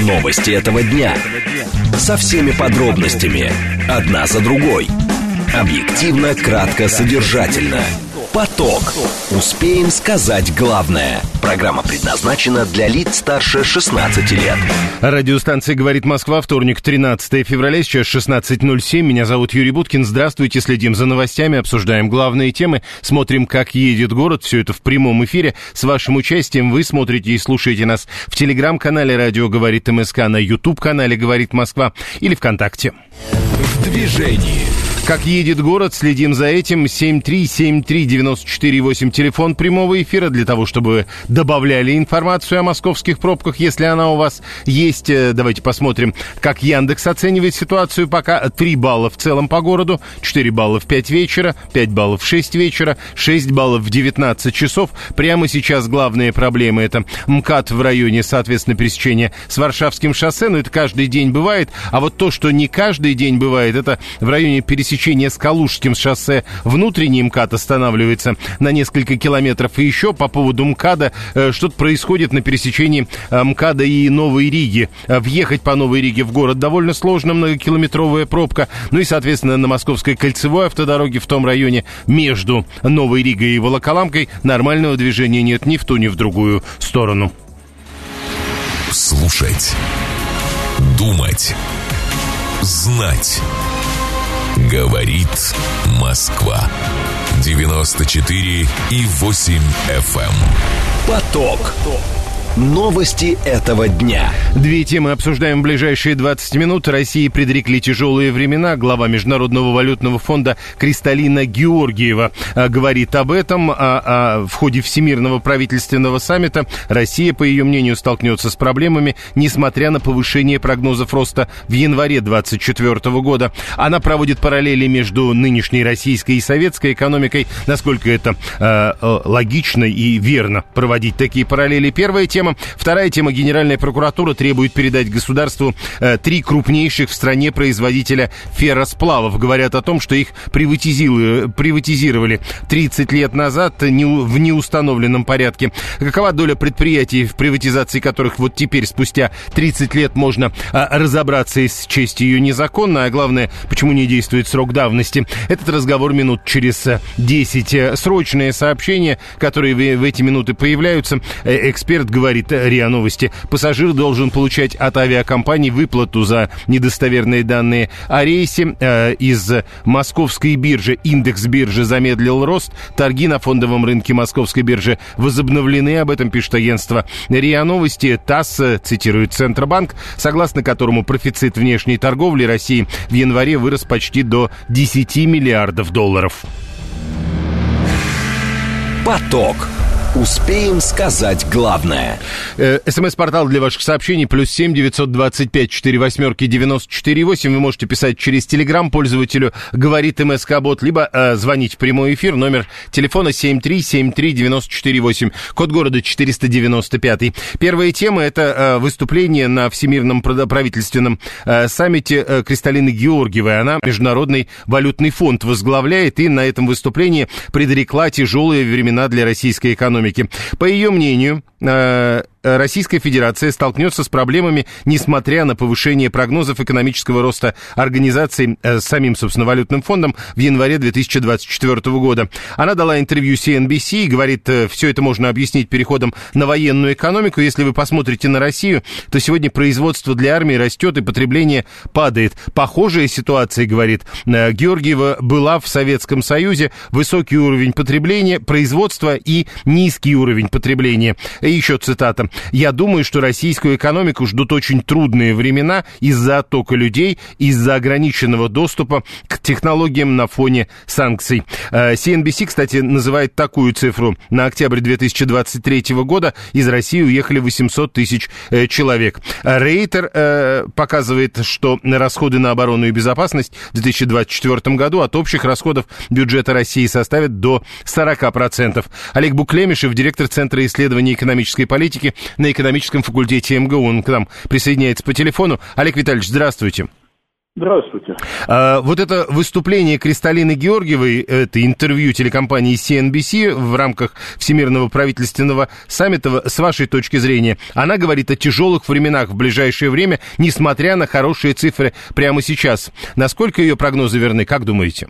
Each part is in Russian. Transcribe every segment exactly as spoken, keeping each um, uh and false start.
Новости этого дня. Со всеми подробностями. Одна за другой. Объективно, кратко, содержательно. Поток. Успеем сказать главное. Программа предназначена для лиц старше шестнадцати лет. Радиостанция «Говорит Москва», вторник, тринадцатое февраля, сейчас шестнадцать ноль семь. Меня зовут Юрий Буткин. Здравствуйте, следим за новостями, обсуждаем главные темы, смотрим, как едет город. Все это в прямом эфире. С вашим участием вы смотрите и слушаете нас в телеграм-канале «Радио говорит МСК», на ютуб-канале «Говорит Москва» или ВКонтакте. В движении. Как едет город, следим за этим. семь три семь три девять четыре восемь, телефон прямого эфира, для того, чтобы вы добавляли информацию о московских пробках, если она у вас есть. Давайте посмотрим, как Яндекс оценивает ситуацию. Пока три балла в целом по городу, четыре балла в пять вечера, пять баллов в шесть вечера, шесть баллов в девятнадцать часов. Прямо сейчас главные проблемы — это МКАД в районе, соответственно, пересечения с Варшавским шоссе. Но это каждый день бывает. А вот то, что не каждый день бывает, это в районе пересечения с Калужским шоссе. Внутренний МКАД останавливается на несколько километров. И еще по поводу МКАДа э, что-то происходит на пересечении э, МКАДа и Новой Риги. Э, въехать по Новой Риге в город довольно сложно, многокилометровая пробка. Ну и, соответственно, на Московской кольцевой автодороге в том районе между Новой Ригой и Волоколамкой нормального движения нет ни в ту, ни в другую сторону. Слушать, думать, знать. Говорит Москва. девяносто четыре и восемь эф эм. Поток. Новости этого дня. Две темы обсуждаем в ближайшие двадцать минут. России предрекли тяжелые времена. Глава Международного валютного фонда Кристалина Георгиева а, говорит об этом. А, а в ходе Всемирного правительственного саммита Россия, по ее мнению, столкнется с проблемами, несмотря на повышение прогнозов роста в январе двадцать четвёртого года. Она проводит параллели между нынешней российской и советской экономикой. Насколько это а, а, логично и верно проводить такие параллели? Первая тема. Вторая тема. Генеральная прокуратура требует передать государству э, три крупнейших в стране производителя ферросплавов. Говорят о том, что их приватизировали, приватизировали тридцать лет назад не, в неустановленном порядке. Какова доля предприятий, в приватизации которых вот теперь, спустя тридцать лет, можно э, разобраться и счесть ее незаконно, а главное, почему не действует срок давности? Этот разговор минут через десять. Срочные сообщения, которые в, в эти минуты появляются. Э, эксперт говорит, Говорит РИА Новости, пассажир должен получать от авиакомпаний выплату за недостоверные данные о рейсе. Э, из московской биржи индекс биржи замедлил рост. Торги на фондовом рынке московской биржи возобновлены. Об этом пишет агентство РИА Новости. ТАСС цитирует Центробанк, согласно которому профицит внешней торговли России в январе вырос почти до десяти миллиардов долларов. Поток. Успеем сказать главное. Э, СМС-портал для ваших сообщений плюс семь девятьсот двадцать пять четыре восьмерки девяносто четыре восемь. Вы можете писать через Телеграм пользователю «Говорит МСК-бот», либо э, звонить в прямой эфир. Номер телефона семь три семь три девять четыре восемь. Код города четыреста девяносто пять. Первая тема — это э, выступление на Всемирном правительственном э, саммите э, Кристалины Георгиевой. Она Международный валютный фонд возглавляет, и на этом выступлении предрекла тяжелые времена для российской экономики. По ее мнению, Российская Федерация столкнется с проблемами, несмотря на повышение прогнозов экономического роста организации э, самим, собственно, валютным фондом в январе две тысячи двадцать четвёртого года. Она дала интервью си эн би си и говорит, э, все это можно объяснить переходом на военную экономику. Если вы посмотрите на Россию, то сегодня производство для армии растет и потребление падает. Похожая ситуация, говорит э, Георгиева, была в Советском Союзе. Высокий уровень потребления, производства и низкий уровень потребления. И еще цитата. «Я думаю, что российскую экономику ждут очень трудные времена из-за оттока людей, из-за ограниченного доступа к технологиям на фоне санкций». си эн би си, кстати, называет такую цифру. На октябрь две тысячи двадцать третьего года из России уехали восемьсот тысяч э, человек. Рейтер э, показывает, что расходы на оборону и безопасность в две тысячи двадцать четвёртом году от общих расходов бюджета России составят до сорок процентов. Олег Буклемишев, директор Центра исследований экономической политики на экономическом факультете эм гэ у. Он к нам присоединяется по телефону. Олег Витальевич, здравствуйте. Здравствуйте. А, вот это выступление Кристалины Георгиевой, это интервью телекомпании си эн би си в рамках Всемирного правительственного саммита, с вашей точки зрения, она говорит о тяжелых временах в ближайшее время, несмотря на хорошие цифры прямо сейчас. Насколько ее прогнозы верны, как думаете?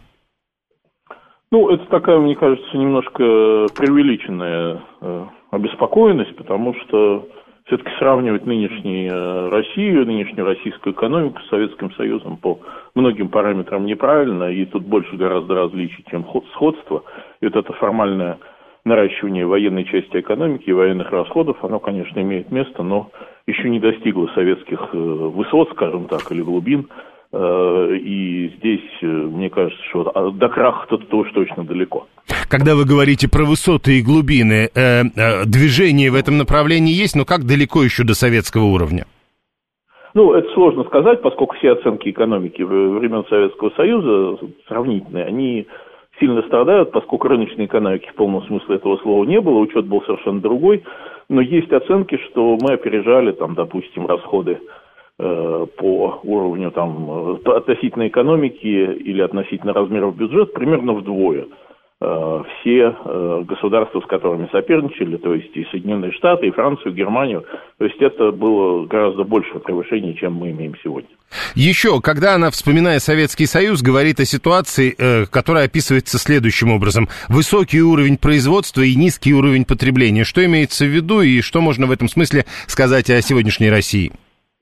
Ну, это такая, мне кажется, немножко преувеличенная э, обеспокоенность, потому что все-таки сравнивать нынешнюю Россию, нынешнюю российскую экономику с Советским Союзом по многим параметрам неправильно, и тут больше гораздо различий, чем сходство. И вот это формальное наращивание военной части экономики и военных расходов, оно, конечно, имеет место, но еще не достигло советских высот, скажем так, или глубин. И здесь, мне кажется, что до краха тут уж точно далеко. Когда вы говорите про высоты и глубины, э, э, движение в этом направлении есть, но как далеко еще до советского уровня? Ну, это сложно сказать, поскольку все оценки экономики времен Советского Союза сравнительные, они сильно страдают, поскольку рыночной экономики в полном смысле этого слова не было, учет был совершенно другой, но есть оценки, что мы опережали, там, допустим, расходы э, по уровню там, относительно экономики или относительно размеров бюджета примерно вдвое. Все государства, с которыми соперничали, то есть и Соединенные Штаты, и Францию, и Германию, то есть это было гораздо большее превышение, чем мы имеем сегодня. Еще, когда она, вспоминая Советский Союз, говорит о ситуации, э, которая описывается следующим образом. Высокий уровень производства и низкий уровень потребления. Что имеется в виду и что можно в этом смысле сказать о сегодняшней России?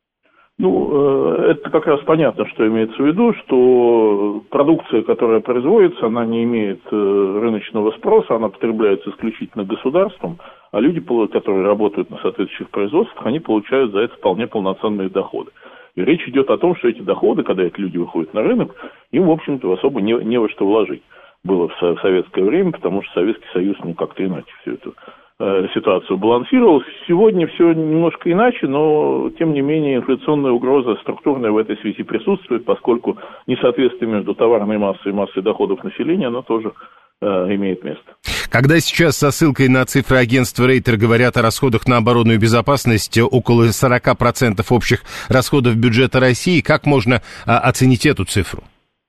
Ну, это как раз понятно, что имеется в виду, что продукция, которая производится, она не имеет рыночного спроса, она потребляется исключительно государством, а люди, которые работают на соответствующих производствах, они получают за это вполне полноценные доходы. И речь идет о том, что эти доходы, когда эти люди выходят на рынок, им, в общем-то, особо не, не во что вложить было в советское время, потому что Советский Союз, ну, как-то иначе все это ситуацию балансировалась. Сегодня все немножко иначе, но, тем не менее, инфляционная угроза структурная в этой связи присутствует, поскольку несоответствие между товарной массой и массой доходов населения, оно тоже э, имеет место. Когда сейчас со ссылкой на цифры агентства Рейтер говорят о расходах на оборонную безопасность около сорок процентов общих расходов бюджета России, как можно а, оценить эту цифру?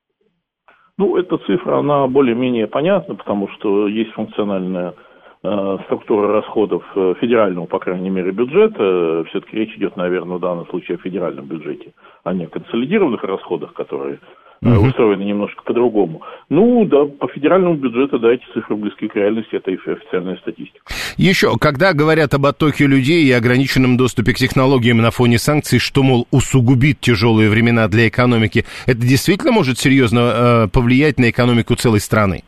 Ну, эта цифра, она более-менее понятна, потому что есть функциональная структура расходов федерального, по крайней мере, бюджета. Все-таки речь идет, наверное, в данном случае о федеральном бюджете, а не о консолидированных расходах, которые uh-huh. устроены немножко по-другому. Ну, да, по федеральному бюджету, да, эти цифры близки к реальности, это и официальная статистика. Еще, когда говорят об оттоке людей и ограниченном доступе к технологиям на фоне санкций, что, мол, усугубит тяжелые времена для экономики, это действительно может серьезно э, повлиять на экономику целой страны?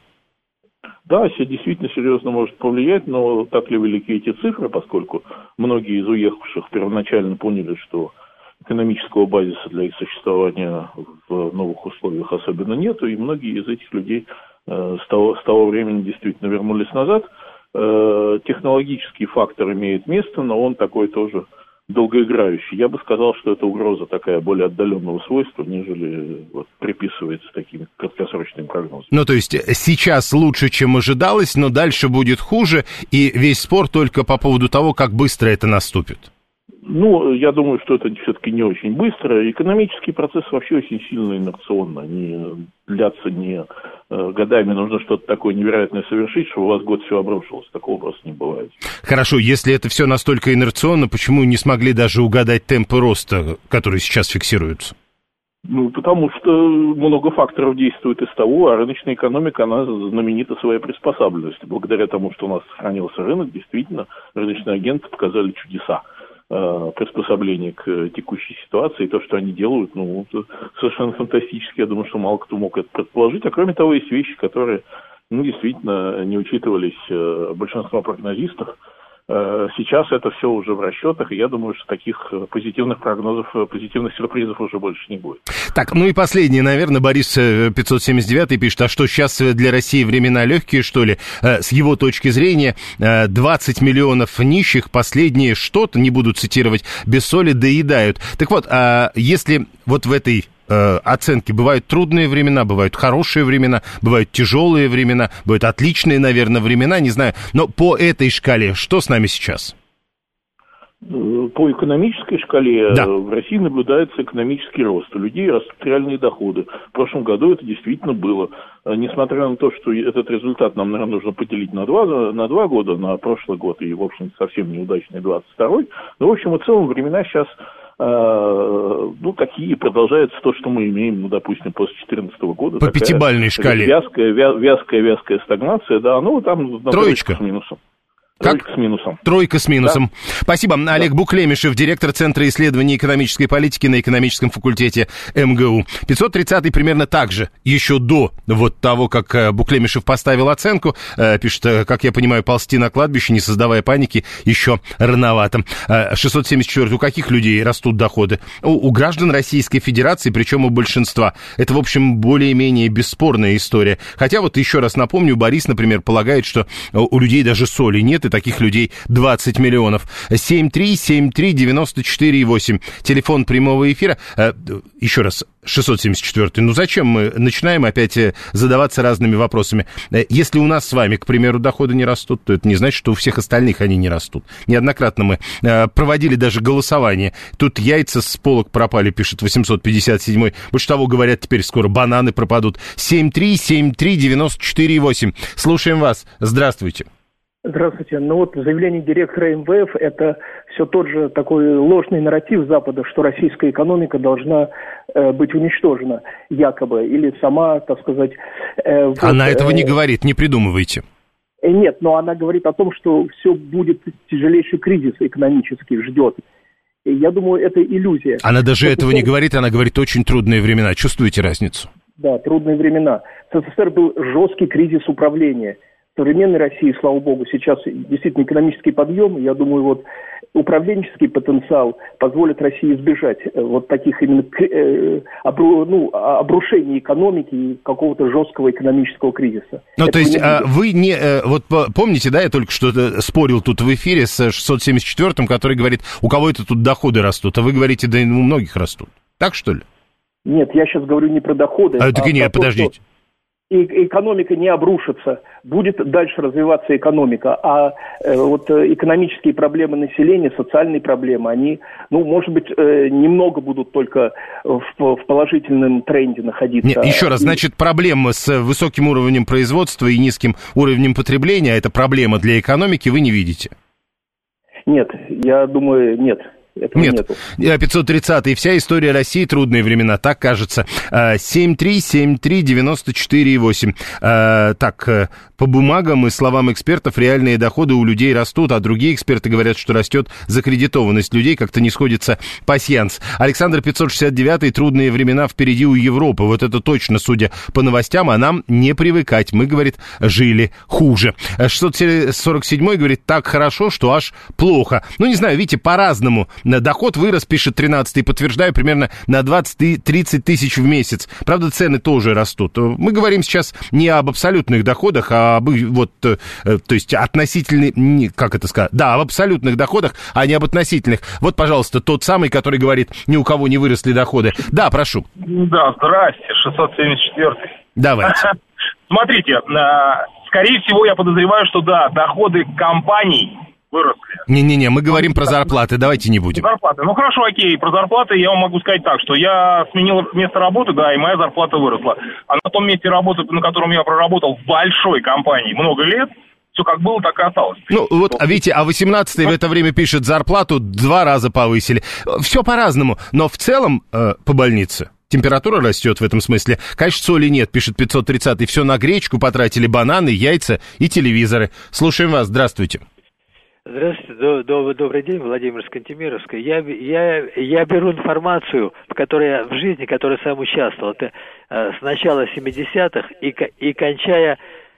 Да, действительно серьезно может повлиять, но так ли велики эти цифры, поскольку многие из уехавших первоначально поняли, что экономического базиса для их существования в новых условиях особенно нету, и многие из этих людей э, с, того, с того времени действительно вернулись назад. Э, технологический фактор имеет место, но он такой тоже долгоиграющий. Я бы сказал, что это угроза такая более отдаленного свойства, нежели вот, приписывается такими краткосрочными прогнозами. Ну, то есть сейчас лучше, чем ожидалось, но дальше будет хуже, и весь спор только по поводу того, как быстро это наступит. Ну, я думаю, что это все-таки не очень быстро. Экономический процесс вообще очень сильно инерционно. Они длятся не годами. Нужно что-то такое невероятное совершить, чтобы у вас год все обрушилось. Такого просто не бывает. Хорошо, если это все настолько инерционно, почему не смогли даже угадать темпы роста, которые сейчас фиксируются? Ну, потому что много факторов действует из того, а рыночная экономика, она знаменита своей приспосабленностью. Благодаря тому, что у нас сохранился рынок, действительно, рыночные агенты показали чудеса приспособление к текущей ситуации, и то, что они делают, ну, совершенно фантастически. Я думаю, что мало кто мог это предположить. А кроме того, есть вещи, которые, ну, действительно не учитывались большинством прогнозистов. Сейчас это все уже в расчетах, и я думаю, что таких позитивных прогнозов, позитивных сюрпризов уже больше не будет. Так, ну и последнее, наверное, Борис пятьсот семьдесят девятый пишет, а что, сейчас для России времена легкие, что ли? С его точки зрения, двадцать миллионов нищих, последние что-то, не буду цитировать, без соли доедают. Так вот, а если вот в этой оценки. Бывают трудные времена, бывают хорошие времена, бывают тяжелые времена, бывают отличные, наверное, времена, не знаю. Но по этой шкале что с нами сейчас? По экономической шкале да. в России наблюдается экономический рост. У людей растут реальные доходы. В прошлом году это действительно было. Несмотря на то, что этот результат нам, наверное, нужно поделить на два, на два года, на прошлый год и, в общем, совсем неудачный двадцать второй. Но, в общем и целом, времена сейчас, э, ну, такие, продолжается то, что мы имеем, ну, допустим, после две тысячи четырнадцатого года. По такая, пятибалльной шкале. Вязкая, вя, вязкая, вязкая стагнация, да, ну, там... Троечка. С минусом. Как? Тройка с минусом. Тройка с минусом. Да. Спасибо. Да. Олег Буклемишев, директор Центра исследований экономической политики на экономическом факультете эм гэ у. пятьсот тридцатый примерно так же, еще до вот того, как Буклемишев поставил оценку, пишет, как я понимаю, ползти на кладбище, не создавая паники, еще рановато. шестьсот семьдесят четвёртый. У каких людей растут доходы? У, у граждан Российской Федерации, причем у большинства. Это, в общем, более-менее бесспорная история. Хотя вот еще раз напомню, Борис, например, полагает, что у людей даже соли нет, и таких людей двадцать миллионов. семь три семь три девяносто четыре восемь. Телефон прямого эфира. Еще раз, шестьсот семьдесят четвёртый. Ну зачем мы начинаем опять задаваться разными вопросами? Если у нас с вами, к примеру, доходы не растут, то это не значит, что у всех остальных они не растут. Неоднократно мы проводили даже голосование. Тут яйца с полок пропали, пишет восемьсот пятьдесят седьмой. Больше того, говорят, теперь скоро бананы пропадут. семь три семь три девяносто четыре восемь. Слушаем вас. Здравствуйте. Здравствуйте. Ну вот заявление директора эм вэ эф – это все тот же такой ложный нарратив Запада, что российская экономика должна э, быть уничтожена, якобы, или сама, так сказать… Э, вот, она этого э, не говорит, не придумывайте. Э, нет, но она говорит о том, что все будет тяжелейший кризис экономический ждет. И я думаю, это иллюзия. Она даже это этого все... не говорит, она говорит очень трудные времена. Чувствуете разницу? Да, трудные времена. В СССР был жесткий кризис управления. В современной России, слава богу, сейчас действительно экономический подъем. Я думаю, вот управленческий потенциал позволит России избежать вот таких именно обру, ну, обрушений экономики и какого-то жесткого экономического кризиса. Ну, Это то есть не вы не... Вот помните, да, я только что спорил тут в эфире с шестьсот семьдесят четвёртым, который говорит, у кого это тут доходы растут, а вы говорите, да у многих растут. Так, что ли? Нет, я сейчас говорю не про доходы. А, так а нет, про подождите. То, что... И экономика не обрушится, будет дальше развиваться экономика, а э, вот экономические проблемы населения, социальные проблемы, они, ну, может быть, э, немного будут только в, в положительном тренде находиться. Нет, еще раз, значит, проблема с высоким уровнем производства и низким уровнем потребления, это проблема для экономики, вы не видите? Нет, я думаю, нет. Этого Нет, нету. пятьсот тридцатый. Вся история России, трудные времена, так кажется. семь три семь три девяносто четыре восемь. Так, по бумагам и словам экспертов, реальные доходы у людей растут, а другие эксперты говорят, что растет закредитованность людей, как-то не сходится пасьянс. Александр пятьсот шестьдесят девятый. Трудные времена впереди у Европы. Вот это точно, судя по новостям, а нам не привыкать. Мы, говорит, жили хуже. шестьсот сорок седьмой говорит, так хорошо, что аж плохо. Ну, не знаю, видите, по-разному. Доход вырос, пишет тринадцатый, подтверждаю, примерно на двадцать-тридцать тысяч в месяц. Правда, цены тоже растут. Мы говорим сейчас не об абсолютных доходах, а об, вот, то есть относительных, как это сказать, да, об абсолютных доходах, а не об относительных. Вот, пожалуйста, тот самый, который говорит, ни у кого не выросли доходы. Да, прошу. Да, здрасте, шестьсот семьдесят четвёртый. Давайте. Смотрите, скорее всего, я подозреваю, что да, доходы компаний выросли. Не-не-не, мы говорим про зарплаты, давайте не будем. Зарплаты. Ну хорошо, окей, про зарплаты я вам могу сказать так, что я сменил место работы, да, и моя зарплата выросла. А на том месте работы, на котором я проработал в большой компании много лет, все как было, так и осталось. Ну вот, а видите, а восемнадцатый в это время пишет, зарплату два раза повысили. Все по-разному, но в целом э, по больнице температура растет в этом смысле. Конечно, соли нет, пишет пятьсот тридцатый. Все на гречку потратили, бананы, яйца и телевизоры. Слушаем вас, здравствуйте. Здравствуйте, добрый, добрый день, Владимир Скантемировский. Я, я, я беру информацию, в которой я в жизни, в которой сам участвовал. Это э, с начала семидесятых и, и кончая,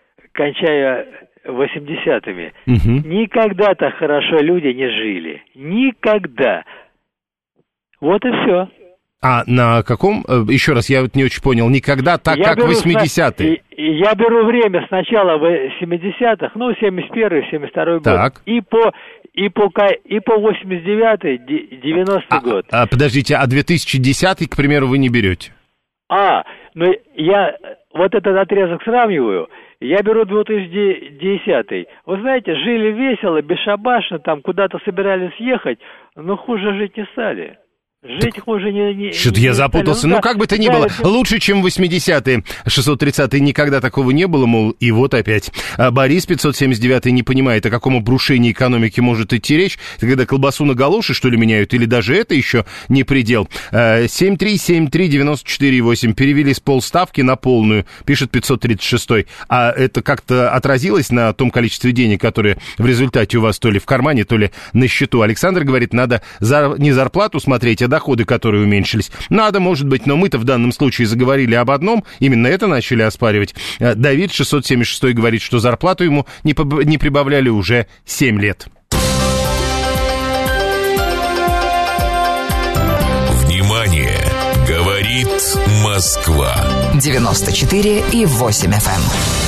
кончая восьмидесятыми. Угу. Никогда так хорошо люди не жили. Никогда. Вот и все. А на каком, еще раз, я вот не очень понял, никогда так, я как в восьмидесятые? Я беру время с начала семидесятых, ну, семьдесят первый, семьдесят второй год, так. и по, и по, и по восемьдесят девятый, девяностый а, год. А, подождите, а две тысячи десятый, к примеру, вы не берете? А, ну, я вот этот отрезок сравниваю, Я беру две тысячи десятый. Вы знаете, жили весело, бесшабашно, там куда-то собирались ехать, но хуже жить не стали. Жить хуже не... не Что-то не я запутался. Ну, ну, да, как бы то ни да, было, это... лучше, чем восьмидесятые. шестьсот тридцатый никогда такого не было, мол, и вот опять. А Борис пятьсот семьдесят девятый не понимает, о каком обрушении экономики может идти речь. Это когда колбасу на галоши, что ли, меняют? Или даже это еще не предел? семь три семь три девять четыре восемь. Перевели с полставки на полную, пишет пятьсот тридцать шестой. А это как-то отразилось на том количестве денег, которые в результате у вас то ли в кармане, то ли на счету? Александр говорит, надо за... не зарплату смотреть, а доходы, которые уменьшились. Надо, может быть, но мы-то в данном случае заговорили об одном, именно это начали оспаривать. Давид шестьсот семьдесят шестой говорит, что зарплату ему не, по- не прибавляли уже семь лет. Внимание! Говорит Москва. девяносто четыре и восемь эф эм.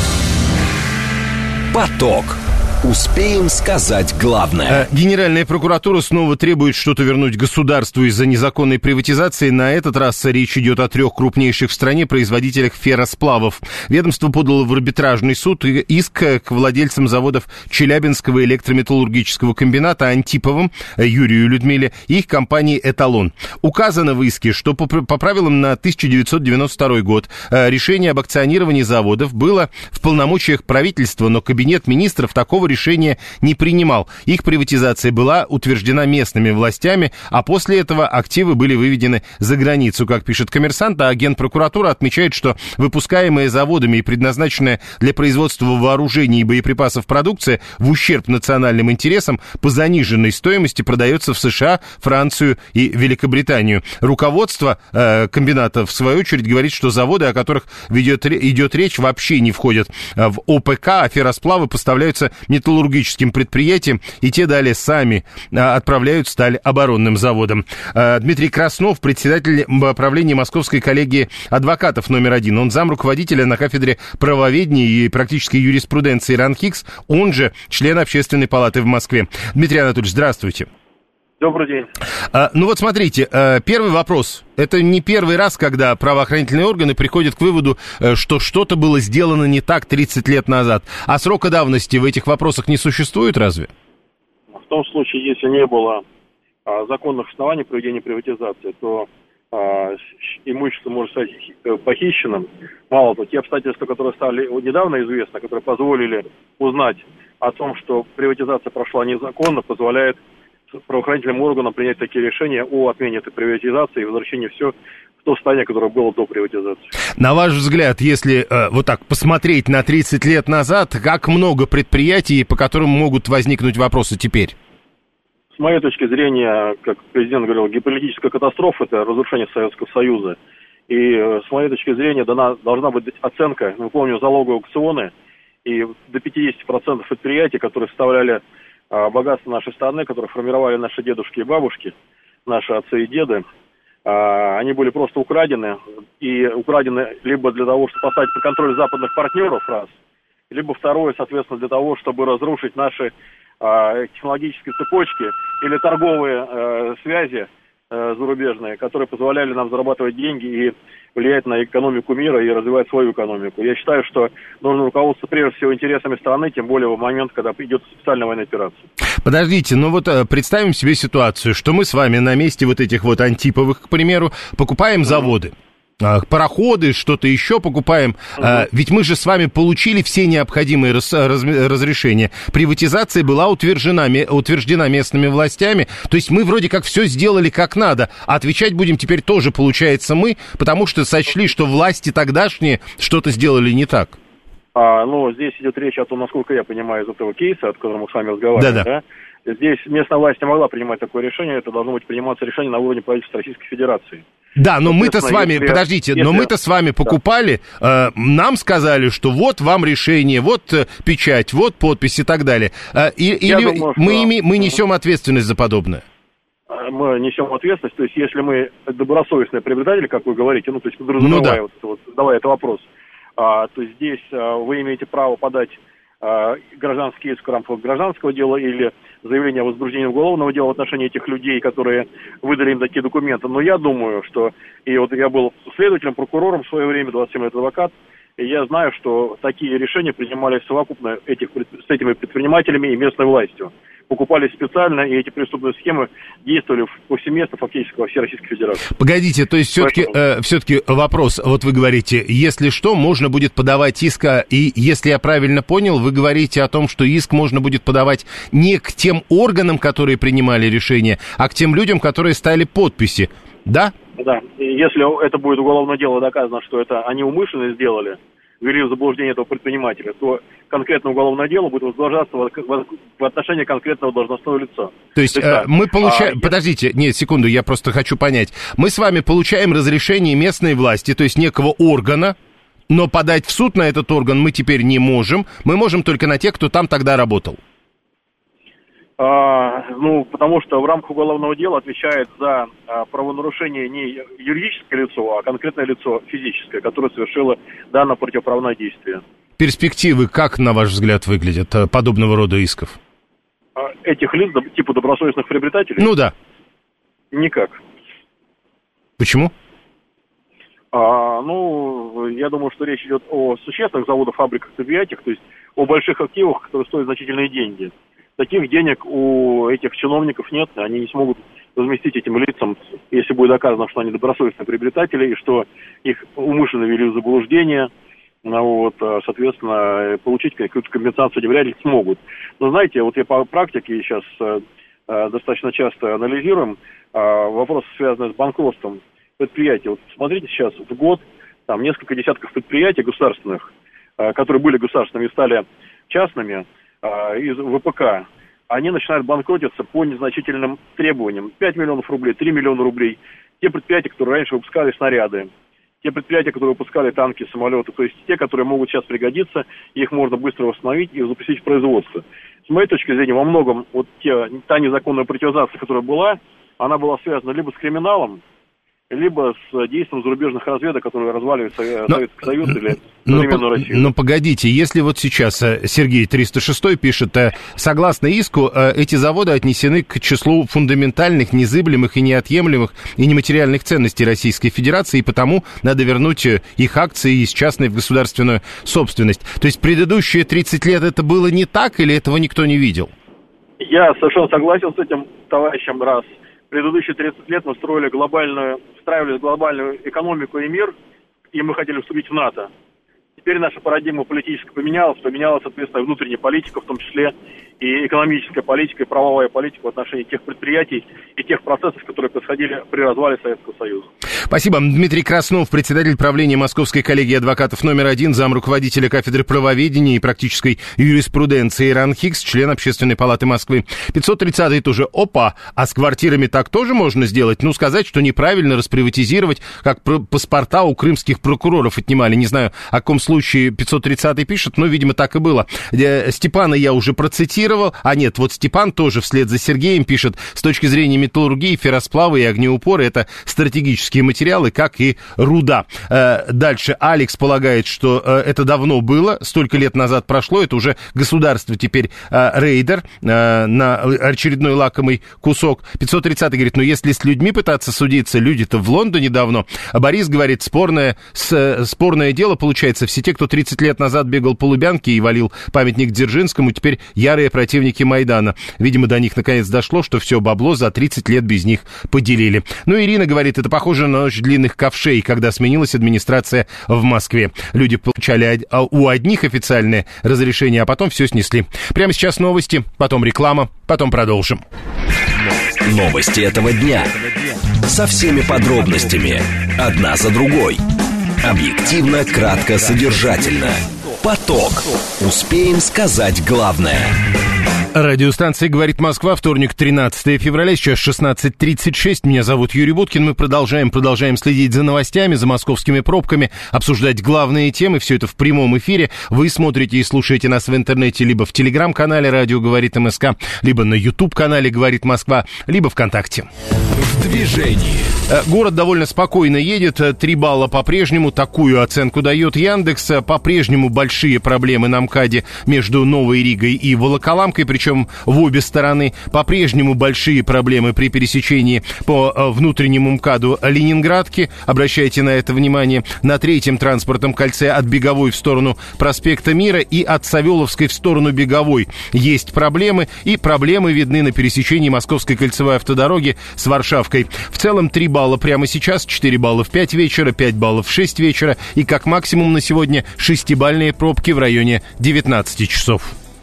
Поток. Успеем сказать главное. Генеральная прокуратура снова требует что-то вернуть государству из-за незаконной приватизации. На этот раз речь идет о трех крупнейших в стране производителях ферросплавов. Ведомство подало в арбитражный суд иск к владельцам заводов Челябинского электрометаллургического комбината Антиповым, Юрию и Людмиле, и их компании «Эталон». Указано в иске, что по, по правилам на тысяча девятьсот девяносто второй год решение об акционировании заводов было в полномочиях правительства, но Кабинет министров такого решения решение не принимал. Их приватизация была утверждена местными властями, а после этого активы были выведены за границу, как пишет «Коммерсант», а Генпрокуратура отмечает, что выпускаемая заводами и предназначенная для производства вооружений и боеприпасов продукция в ущерб национальным интересам по заниженной стоимости продается в США, Францию и Великобританию. Руководство э, комбината, в свою очередь, говорит, что заводы, о которых ведет, идет речь, вообще не входят в ОПК, а ферросплавы поставляются не металлургическим предприятиям, и те далее сами а, отправляют сталь оборонным заводам. А, Дмитрий Краснов, председатель правления Московской коллегии адвокатов номер один. Он зам руководителя на кафедре правоведения и практической юриспруденции РАНХИКС, он же член Общественной палаты в Москве. Дмитрий Анатольевич, здравствуйте. Добрый день. А, ну вот смотрите, а, первый вопрос. Это не первый раз, когда правоохранительные органы приходят к выводу, что что-то было сделано не так тридцать лет назад. А срока давности в этих вопросах не существует разве? В том случае, если не было а, законных оснований проведения приватизации, то а, имущество может стать похищенным. Мало того, те обстоятельства, которые стали недавно известны, которые позволили узнать о том, что приватизация прошла незаконно, позволяет правоохранительным органам принять такие решения о отмене этой приватизации и возвращении все в то состояние, которое было до приватизации. На ваш взгляд, если э, вот так посмотреть на тридцать лет назад, как много предприятий, по которым могут возникнуть вопросы теперь? С моей точки зрения, как президент говорил, геополитическая катастрофа – это разрушение Советского Союза. И э, с моей точки зрения дана, должна быть оценка, мы помним залоговые аукционы, и до пятьдесят процентов предприятий, которые составляли богатство нашей страны, которые формировали наши дедушки и бабушки, наши отцы и деды, они были просто украдены, и украдены либо для того, чтобы поставить под контроль западных партнеров, раз, либо второе, соответственно, для того, чтобы разрушить наши технологические цепочки или торговые связи зарубежные, которые позволяли нам зарабатывать деньги и влиять на экономику мира и развивать свою экономику. Я считаю, что нужно руководствоваться прежде всего интересами страны, тем более в момент, когда идет специальная военная операция. Подождите, ну вот представим себе ситуацию, что мы с вами на месте вот этих вот Антиповых, к примеру, покупаем mm-hmm. заводы. Пароходы, что-то еще покупаем. Uh-huh. Ведь мы же с вами получили все необходимые раз, раз, разрешения. Приватизация была утверждена, утверждена местными властями. То есть мы вроде как все сделали как надо. А отвечать будем теперь тоже, получается, мы, потому что сочли, что власти тогдашние что-то сделали не так. А, ну, здесь идет речь о том, насколько я понимаю из этого кейса, от которого мы с вами разговариваем. Да-да. Да? Здесь местная власть не могла принимать такое решение. Это должно быть приниматься решение на уровне правительства Российской Федерации. Да, но мы-то с вами, если, подождите, если, но мы-то с вами покупали, да. э, нам сказали, что вот вам решение, вот э, печать, вот подпись и так далее. Э, и, или думаю, мы, ими, мы несем ответственность за подобное? Мы несем ответственность, то есть если мы добросовестные приобретатели, как вы говорите, ну то есть подразумевая, ну, да. вот это вот, давай это вопрос, а, то здесь а, вы имеете право подать а, гражданский иск в рамках гражданского дела или заявление о возбуждении уголовного дела в отношении этих людей, которые выдали им такие документы. Но я думаю, что, и вот я был следователем, прокурором в свое время, двадцать семь лет адвокат, И я знаю, что такие решения принимались совокупно этих, с этими предпринимателями и местной властью. Покупались специально, и эти преступные схемы действовали повсеместно, фактически во всей Российской Федерации. Погодите, то есть все-таки, Поэтому... э, все-таки вопрос, вот вы говорите, если что, можно будет подавать иск, и если я правильно понял, вы говорите о том, что иск можно будет подавать не к тем органам, которые принимали решение, а к тем людям, которые ставили подписи, да? Да, и если это будет уголовное дело, доказано, что это они умышленно сделали, ввели в заблуждение этого предпринимателя, то конкретное уголовное дело будет возбуждаться в, в, в отношении конкретного должностного лица. То есть лица. э, мы получаем... А, Подождите, нет, секунду, я просто хочу понять. Мы с вами получаем разрешение местной власти, то есть некого органа, но подать в суд на этот орган мы теперь не можем. Мы можем только на тех, кто там тогда работал. А, ну, потому что в рамках уголовного дела отвечает за а, правонарушение не юридическое лицо, а конкретное лицо физическое, которое совершило данное противоправное действие. Перспективы, как, на ваш взгляд, выглядят подобного рода исков? А, этих лиц, типа добросовестных приобретателей? Ну да. Никак. Почему? А, ну, я думаю, что речь идет о существенных заводах, фабриках, предприятиях, то есть о больших активах, которые стоят значительные деньги. Таких денег у этих чиновников нет, они не смогут возместить этим лицам, если будет доказано, что они добросовестные приобретатели и что их умышленно ввели в заблуждение, вот, соответственно, получить какую-то компенсацию они вряд ли смогут. Но знаете, вот я по практике сейчас достаточно часто анализируем вопросы, связанные с банкротством предприятий. Вот смотрите, сейчас в год там несколько десятков предприятий государственных, которые были государственными и стали частными, из ВПК, они начинают банкротиться по незначительным требованиям. пять миллионов рублей, три миллиона рублей. Те предприятия, которые раньше выпускали снаряды, те предприятия, которые выпускали танки, самолеты, то есть те, которые могут сейчас пригодиться, их можно быстро восстановить и запустить в производство. С моей точки зрения, во многом вот те, та незаконная приватизация, которая была, она была связана либо с криминалом, либо с действием зарубежных разведок, которые разваливают Советский Союз или современную Россию. Но погодите, если вот сейчас Сергей триста шесть пишет, согласно иску, эти заводы отнесены к числу фундаментальных, незыблемых и неотъемлемых и нематериальных ценностей Российской Федерации, и потому надо вернуть их акции из частной в государственную собственность. То есть предыдущие тридцать лет это было не так, или этого никто не видел? Я совершенно согласен с этим товарищем, раз. Предыдущие тридцать лет мы строили глобальную, встраивали глобальную экономику и мир, и мы хотели вступить в НАТО. Теперь наша парадигма политическая поменялась, поменялась, соответственно, внутренняя политика, в том числе и экономическая политика, и правовая политика в отношении тех предприятий и тех процессов, которые происходили при развале Советского Союза. Спасибо. Дмитрий Краснов, председатель правления Московской коллегии адвокатов номер один, зам руководителя кафедры правоведения и практической юриспруденции РАНХИКС, член Общественной палаты Москвы. пятьсот тридцатый тоже. Опа! А с квартирами так тоже можно сделать? Ну, сказать, что неправильно расприватизировать, как паспорта у крымских прокуроров отнимали. Не знаю, о каком случае пятьсот тридцатый пишет, но, видимо, так и было. Степана я уже процитировал. А нет, вот Степан тоже вслед за Сергеем пишет, с точки зрения металлургии, ферросплавы и огнеупоры это стратегические материалы, как и руда. Э, дальше Алекс полагает, что э, это давно было, столько лет назад прошло, это уже государство теперь э, рейдер э, на очередной лакомый кусок. пятьсот тридцатый говорит, ну если с людьми пытаться судиться, люди-то в Лондоне давно. А Борис говорит, спорное, с, спорное дело получается, все те, кто тридцать лет назад бегал по Лубянке и валил памятник Дзержинскому, теперь ярые противники Майдана. Видимо, до них наконец дошло, что все бабло за тридцать лет без них поделили. Ну, Ирина говорит, это похоже на ночь длинных ковшей, когда сменилась администрация в Москве. Люди получали у одних официальное разрешение, а потом все снесли. Прямо сейчас новости, потом реклама, потом продолжим. Новости этого дня. Со всеми подробностями. Одна за другой. Объективно, кратко, содержательно. Поток. Успеем сказать главное. Радиостанция «Говорит Москва», вторник, тринадцатое февраля, сейчас шестнадцать тридцать шесть. Меня зовут Юрий Буткин. Мы продолжаем, продолжаем следить за новостями, за московскими пробками, обсуждать главные темы. Все это в прямом эфире. Вы смотрите и слушаете нас в интернете либо в телеграм-канале «Радио говорит МСК», либо на ютуб-канале «Говорит Москва», либо ВКонтакте. В движении. Город довольно спокойно едет. Три балла по-прежнему. Такую оценку дает Яндекс. По-прежнему большие проблемы на МКАДе между Новой Ригой и Волоколамкой. Причем причем в обе стороны. По-прежнему большие проблемы при пересечении по внутреннему МКАДу Ленинградки. Обращайте на это внимание. На третьем транспортном кольце от Беговой в сторону проспекта Мира и от Савеловской в сторону Беговой есть проблемы. И проблемы видны на пересечении Московской кольцевой автодороги с Варшавкой. В целом три балла прямо сейчас, четыре балла в пять вечера, пять баллов в шесть вечера. И как максимум на сегодня шестибалльные пробки в районе девятнадцати часов.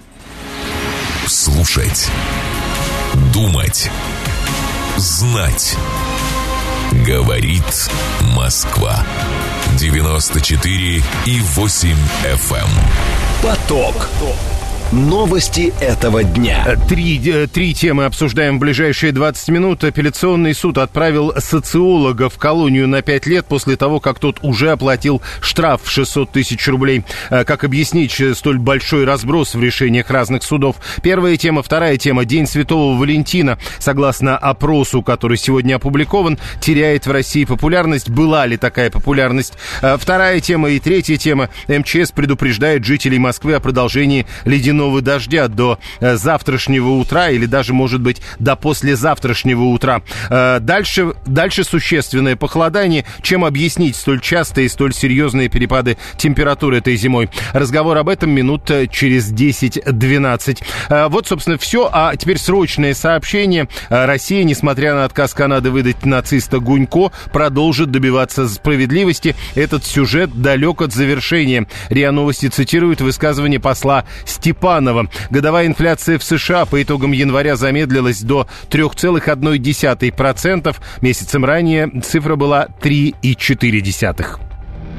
Слушать, думать, знать. Говорит Москва. девяносто четыре и восемь эф эм. Поток. Новости этого дня. Три, три темы обсуждаем в ближайшие двадцать минут. Апелляционный суд отправил социолога в колонию на пять лет после того, как тот уже оплатил штраф в шестьсот тысяч рублей. Как объяснить столь большой разброс в решениях разных судов? Первая тема. Вторая тема. День Святого Валентина, согласно опросу, который сегодня опубликован, теряет в России популярность. Была ли такая популярность? Вторая тема и третья тема. эм че эс предупреждает жителей Москвы о продолжении ледяного дождя до э, завтрашнего утра или даже, может быть, до послезавтрашнего утра. Э, дальше, дальше существенное похолодание. Чем объяснить столь частые и столь серьезные перепады температуры этой зимой? Разговор об этом минут через десять-двенадцать. Э, вот, собственно, все. А теперь срочное сообщение. Э, Россия, несмотря на отказ Канады выдать нациста Гунько, продолжит добиваться справедливости. Этот сюжет далек от завершения. РИА Новости цитирует высказывание посла Степанова. Годовая инфляция в США по итогам января замедлилась до три целых одна десятая процента. Месяцем ранее цифра была три целых четыре десятых процента.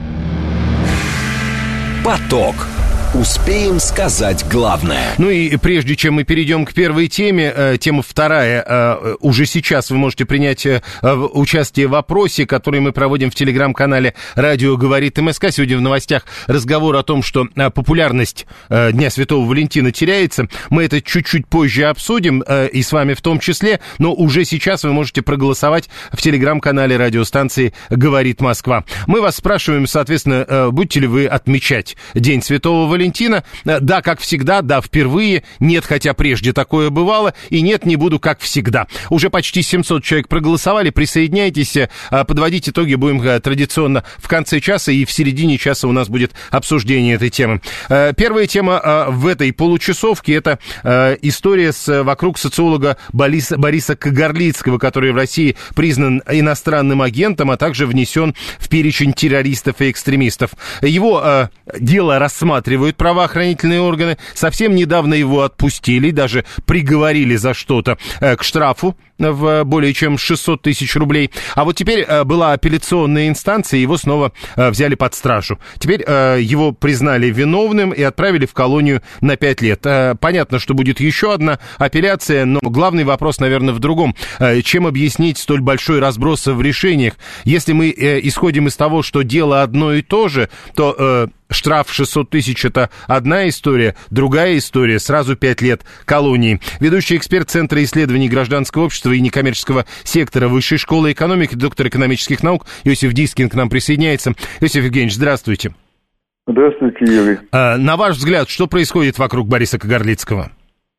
Поток. Успеем сказать главное. Ну и прежде чем мы перейдем к первой теме, э, тема вторая. Э, уже сейчас вы можете принять э, участие в опросе, который мы проводим в телеграм-канале «Радио говорит МСК». Сегодня в новостях разговор о том, что э, популярность э, Дня Святого Валентина теряется. Мы это чуть-чуть позже обсудим, э, и с вами в том числе. Но уже сейчас вы можете проголосовать в телеграм-канале радиостанции «Говорит Москва». Мы вас спрашиваем, соответственно, э, будете ли вы отмечать День Святого Валентина? Валентина. Да, как всегда, да, впервые. Нет, хотя прежде такое бывало. И нет, не буду, как всегда. Уже почти семьсот человек проголосовали. Присоединяйтесь, подводить итоги будем традиционно в конце часа. И в середине часа у нас будет обсуждение этой темы. Первая тема в этой получасовке — это история с, вокруг социолога Бориса, Бориса Кагарлицкого, который в России признан иностранным агентом, а также внесен в перечень террористов и экстремистов. Его дело рассматривают правоохранительные органы. Совсем недавно его отпустили, даже приговорили за что-то э, к штрафу в более чем шестьсот тысяч рублей. А вот теперь э, была апелляционная инстанция, его снова э, взяли под стражу. Теперь э, его признали виновным и отправили в колонию на пять лет. Э, понятно, что будет еще одна апелляция, но главный вопрос, наверное, в другом. Э, чем объяснить столь большой разброс в решениях? Если мы э, исходим из того, что дело одно и то же, то... Э, штраф шестьсот тысяч — это одна история, другая история — сразу пять лет колонии. Ведущий эксперт Центра исследований гражданского общества и некоммерческого сектора Высшей школы экономики, доктор экономических наук Иосиф Дискин к нам присоединяется. Иосиф Евгеньевич, здравствуйте. Здравствуйте, Юрий. А, на ваш взгляд, что происходит вокруг Бориса Кагарлицкого?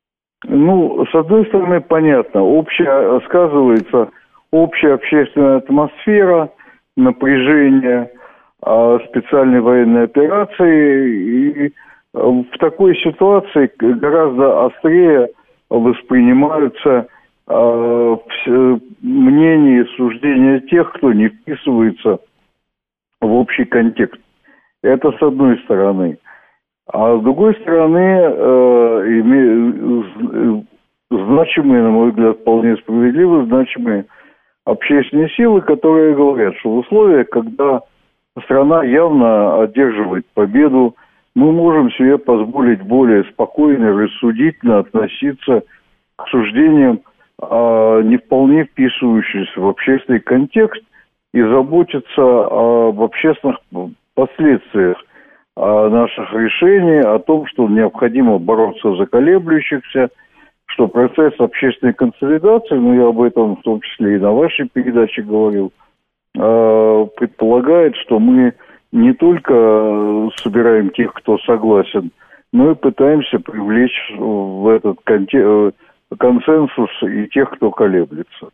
Ну, с одной стороны, понятно. Общая, сказывается общая общественная атмосфера, напряжение специальной военной операции, и в такой ситуации гораздо острее воспринимаются э, мнения и суждения тех, кто не вписывается в общий контекст. Это с одной стороны. А с другой стороны, э, име, значимые, на мой взгляд, вполне справедливо значимые общественные силы, которые говорят, что в условиях, когда страна явно одерживает победу, мы можем себе позволить более спокойно и рассудительно относиться к суждениям, а, не вполне вписывающимся в общественный контекст, и заботиться об общественных последствиях наших решений, о том, что необходимо бороться за колеблющихся, что процесс общественной консолидации, ну я об этом в том числе и на вашей передаче говорил, предполагает, что мы не только собираем тех, кто согласен но и пытаемся привлечь в этот консенсус и тех, кто колеблется.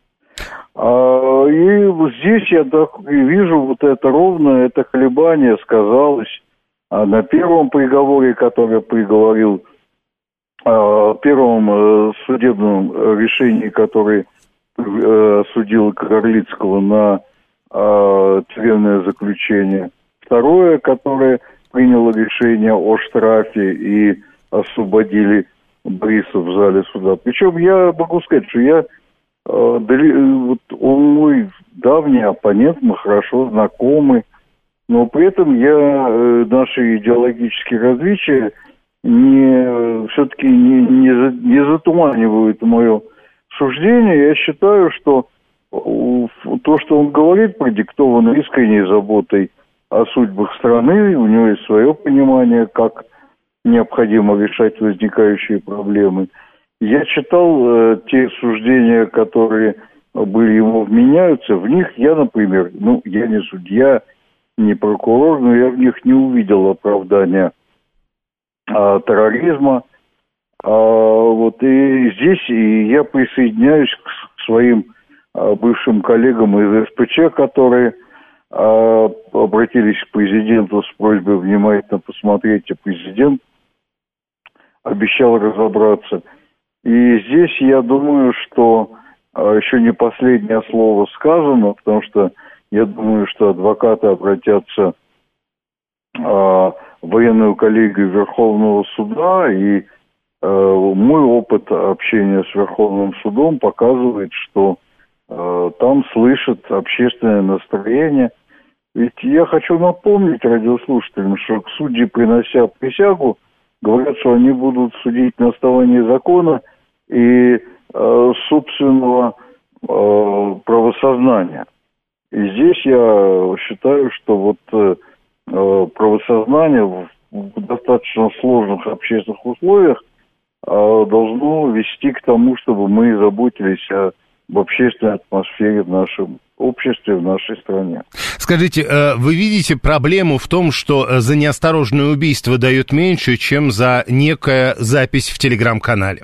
А, и вот здесь я так вижу вот это ровно, это колебание сказалось а, на первом приговоре, который приговорил, а, первом э, судебном решении, который э, судил Кагарлицкого на э, тюремное заключение. Второе, которое приняло решение о штрафе и освободили Бориса в зале суда. Причем я могу сказать, что я вот он мой давний оппонент, мы хорошо знакомы, но при этом я наши идеологические различия не, все-таки не, не, не затуманивают мое суждение. Я считаю, что то, что он говорит, продиктовано искренней заботой о судьбах страны, у него есть свое понимание, как необходимо решать возникающие проблемы. Я читал э, те суждения, которые были ему вменяются. В них я, например, ну, я не судья, не прокурор, но я в них не увидел оправдания а, терроризма. А, вот и здесь и я присоединяюсь к, к своим а, бывшим коллегам из СПЧ, которые а, обратились к президенту с просьбой внимательно посмотреть, и президент обещал разобраться. И здесь я думаю, что а, еще не последнее слово сказано, потому что я думаю, что адвокаты обратятся а, в военную коллегию Верховного суда, и а, мой опыт общения с Верховным судом показывает, что а, там слышат общественное настроение. Ведь я хочу напомнить радиослушателям, что судьи, принося присягу, говорят, что они будут судить на основании закона и э, собственного э, правосознания. И здесь я считаю, что вот э, правосознание в, в достаточно сложных общественных условиях э, должно вести к тому, чтобы мы заботились о, об общественной атмосфере в нашем обществе, в нашей стране. Скажите, вы видите проблему в том, что за неосторожное убийство дают меньше, чем за некая запись в телеграм-канале?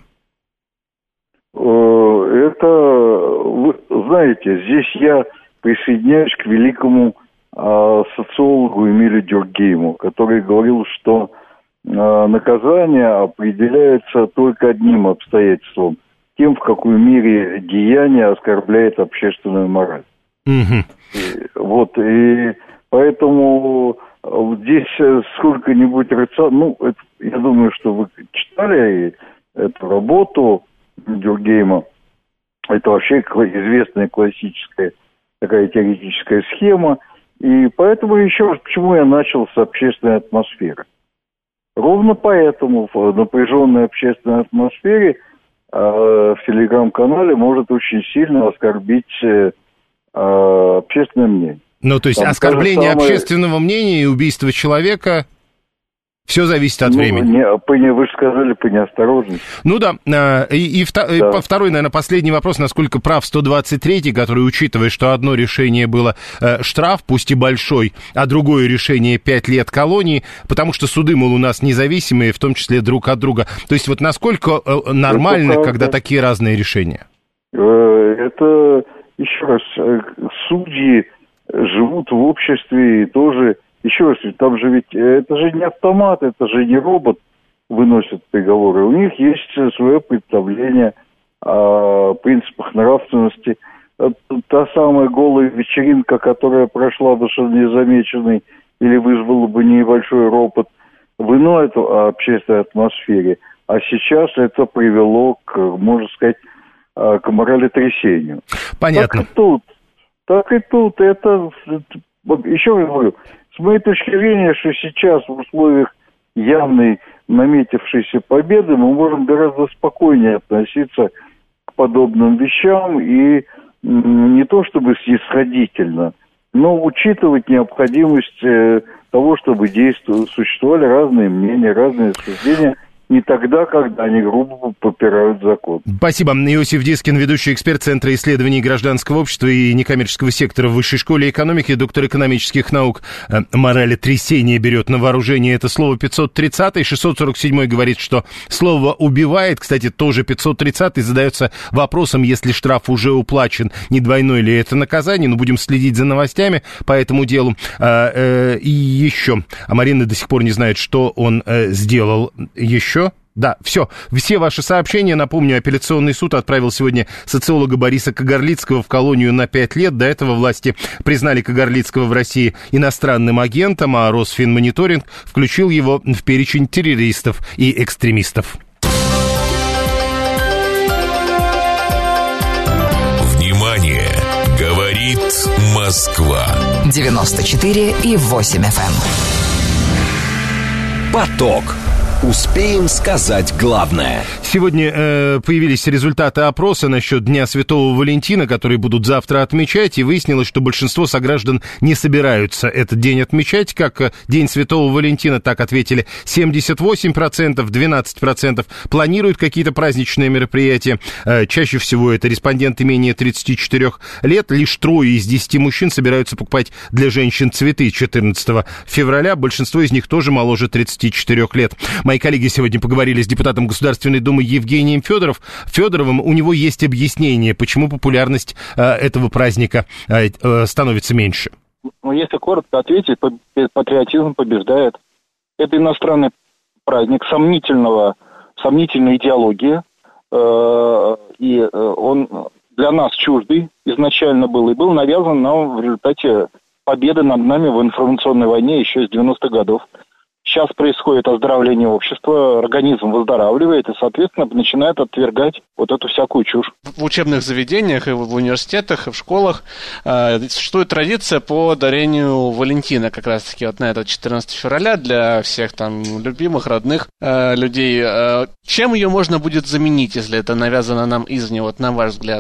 Это, вы знаете, здесь я присоединяюсь к великому э, социологу Эмилю Дюркгейму, который говорил, что э, наказание определяется только одним обстоятельством, тем, в какой мере деяние оскорбляет общественную мораль. Mm-hmm. И, вот, и поэтому здесь сколько-нибудь рационально, ну, это, я думаю, что вы читали эту работу Дюркгейма. Это вообще известная классическая такая теоретическая схема. И поэтому еще раз, почему я начал с общественной атмосферы. Ровно поэтому в напряженной общественной атмосфере э, в телеграм-канале может очень сильно оскорбить э, общественное мнение. Ну, то есть там оскорбление самое... общественного мнения и убийство человека... Все зависит от ну, времени. Не, вы же сказали по неосторожности. Ну да. И, и, да. и второй, наверное, последний вопрос. Насколько прав сто двадцать третий, который, учитывая, что одно решение было э, штраф, пусть и большой, а другое решение пять лет колонии, потому что суды, мол, у нас независимые, в том числе друг от друга. То есть вот насколько э, нормально, это когда такие разные решения? Это, еще раз, судьи живут в обществе и тоже... Еще раз, там же ведь, это же не автомат, это же не робот выносит приговоры. У них есть свое представление о принципах нравственности. Та самая голая вечеринка, которая прошла бы незамеченной или вызвала бы небольшой ропот в иной общественной атмосфере. А сейчас это привело к, можно сказать, к моралетрясению. Понятно. Так и тут. Так и тут. Это, еще раз говорю, с моей точки зрения, что сейчас в условиях явной наметившейся победы мы можем гораздо спокойнее относиться к подобным вещам и не то чтобы снисходительно, но учитывать необходимость того, чтобы действовали, существовали разные мнения, разные суждения, не тогда, когда они грубо попирают закон. Спасибо. Иосиф Дискин, ведущий эксперт Центра исследований гражданского общества и некоммерческого сектора в Высшей школе экономики, доктор экономических наук. Моралетрясение берет на вооружение это слово пятьсот тридцатый. шестьсот сорок седьмой говорит, что слово убивает. Кстати, тоже пятьсот тридцатый задается вопросом, если штраф уже уплачен, не двойное ли это наказание. Но будем следить за новостями по этому делу. И еще. А Марина до сих пор не знает, что он сделал еще. Да, все. Все ваши сообщения, напомню, апелляционный суд отправил сегодня социолога Бориса Кагарлицкого в колонию на пять лет. До этого власти признали Кагарлицкого в России иностранным агентом, а Росфинмониторинг включил его в перечень террористов и экстремистов. Внимание! Говорит Москва. девяносто четыре и восемь эф эм. Поток. Успеем сказать главное. Сегодня э, появились результаты опроса насчет Дня Святого Валентина, которые будут завтра отмечать, и выяснилось, что большинство сограждан не собираются этот день отмечать. Как День Святого Валентина, так ответили семьдесят восемь процентов, двенадцать процентов планируют какие-то праздничные мероприятия. Э, чаще всего это респонденты менее тридцати четырёх лет. Лишь трое из десяти мужчин собираются покупать для женщин цветы четырнадцатого февраля. Большинство из них тоже моложе тридцати четырёх лет. Мои коллеги сегодня поговорили с депутатом Государственной Думы Евгением Федоров. Федоровым. У него есть объяснение, почему популярность э, этого праздника э, э, становится меньше. Ну, если коротко ответить, патриотизм побеждает. Это иностранный праздник сомнительного, сомнительной идеологии. Э, и э, он для нас чуждый изначально был. И был навязан нам в результате победы над нами в информационной войне еще с девяностых годов. Сейчас происходит оздоровление общества, организм выздоравливает и, соответственно, начинает отвергать вот эту всякую чушь. В учебных заведениях, и в университетах, и в школах э, существует традиция по дарению Валентина, как раз-таки вот на этот четырнадцатого февраля для всех там любимых, родных э, людей. Э, чем ее можно будет заменить, если это навязано нам извне, вот на ваш взгляд?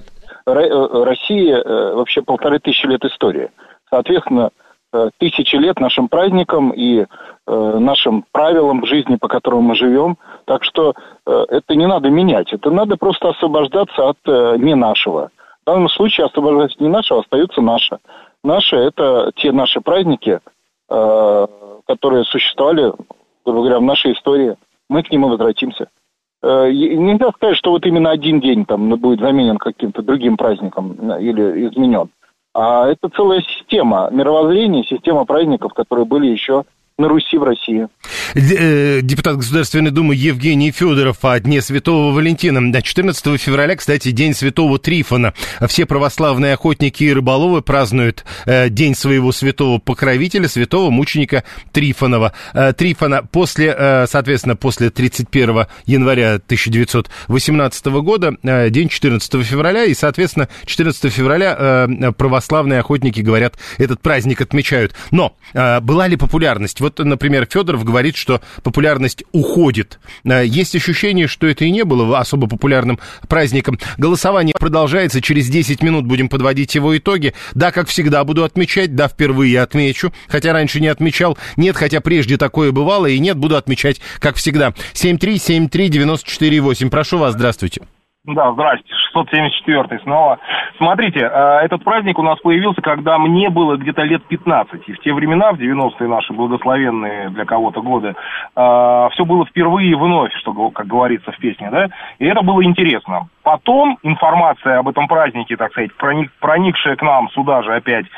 Россия э, вообще полторы тысячи лет истории. Соответственно, э, тысячи лет нашим праздникам и нашим правилам жизни, по которым мы живем. Так что э, это не надо менять. Это надо просто освобождаться от э, не нашего. В данном случае освобождаться не нашего, остаются наши. Наши – это те наши праздники, э, которые существовали, грубо говоря, в нашей истории. Мы к ним и возвратимся. Э, нельзя сказать, что вот именно один день там будет заменен каким-то другим праздником или изменен. А это целая система мировоззрения, система праздников, которые были еще на Руси, в России. Депутат Государственной Думы Евгений Федоров о Дне Святого Валентина. четырнадцатого февраля, кстати, День Святого Трифона. Все православные охотники и рыболовы празднуют День своего святого покровителя, святого мученика Трифонова. Трифона после, соответственно, после тридцать первого января тысяча девятьсот восемнадцатого года, день четырнадцатого февраля, и, соответственно, четырнадцатого февраля православные охотники, говорят, этот праздник отмечают. Но была ли популярность? Вот, например, Федоров говорит, что популярность уходит. Есть ощущение, что это и не было особо популярным праздником. Голосование продолжается. Через десять минут будем подводить его итоги. Да, как всегда, буду отмечать. Да, впервые отмечу. Хотя раньше не отмечал. Нет, хотя прежде такое бывало. И нет, буду отмечать, как всегда. семь три семь три девять четыре восемь. Прошу вас, здравствуйте. Да, здрасте, шестьсот семьдесят четвёртый снова. Смотрите, этот праздник у нас появился, когда мне было где-то лет пятнадцать. И в те времена, в девяностые наши благословенные для кого-то годы, все было впервые и вновь, что, как говорится в песне, да? И это было интересно. Потом информация об этом празднике, так сказать, проник, проникшая к нам сюда же опять,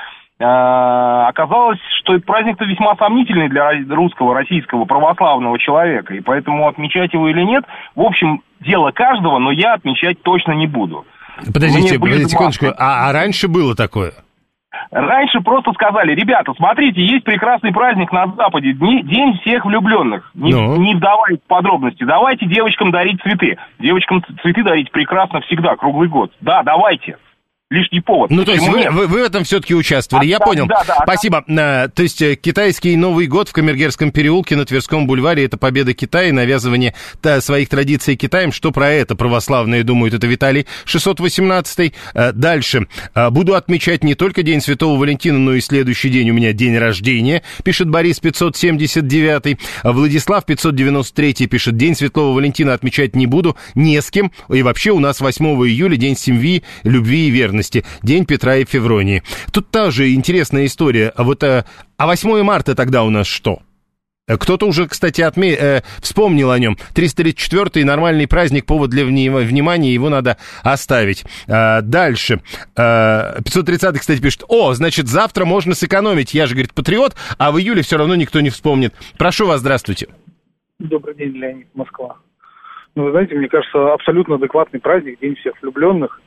оказалось, что этот праздник-то весьма сомнительный для русского, российского, православного человека, и поэтому отмечать его или нет, в общем, дело каждого, но я отмечать точно не буду. Подождите, подождите секундочку, а, а раньше было такое? Раньше просто сказали: ребята, смотрите, есть прекрасный праздник на Западе, День всех влюбленных. Не, ну. не вдаваясь в подробности, давайте девочкам дарить цветы. Девочкам цветы дарить прекрасно всегда, круглый год. Да, давайте. лишний повод. Ну, то есть Почему? вы, вы, вы в этом все-таки участвовали, а, я да, понял. Да, да, Спасибо. Да. То есть китайский Новый год в Камергерском переулке на Тверском бульваре — это победа Китая, навязывание своих традиций Китаем. Что про это православные думают? Это Виталий шестьсот восемнадцатый. Дальше. Буду отмечать не только День Святого Валентина, но и следующий день у меня день рождения, пишет Борис пятьсот семьдесят девятый. Владислав пятьсот девяносто третий пишет: День Святого Валентина отмечать не буду, не с кем. И вообще у нас восьмого июля День семьи, любви и верности. День Петра и Февронии. Тут тоже интересная история. А вот а восьмое марта тогда у нас что? Кто-то уже, кстати, отме... э, вспомнил о нем. триста тридцать четвёртый нормальный праздник, повод для вни... внимания, его надо оставить. А, дальше. А, пятьсот тридцатый, кстати, пишет: о, значит, завтра можно сэкономить. Я же, говорит, патриот, а в июле все равно никто не вспомнит. Прошу вас, здравствуйте. Добрый день, Леонид, Москва. Ну, вы знаете, мне кажется, абсолютно адекватный праздник, День всех влюбленных.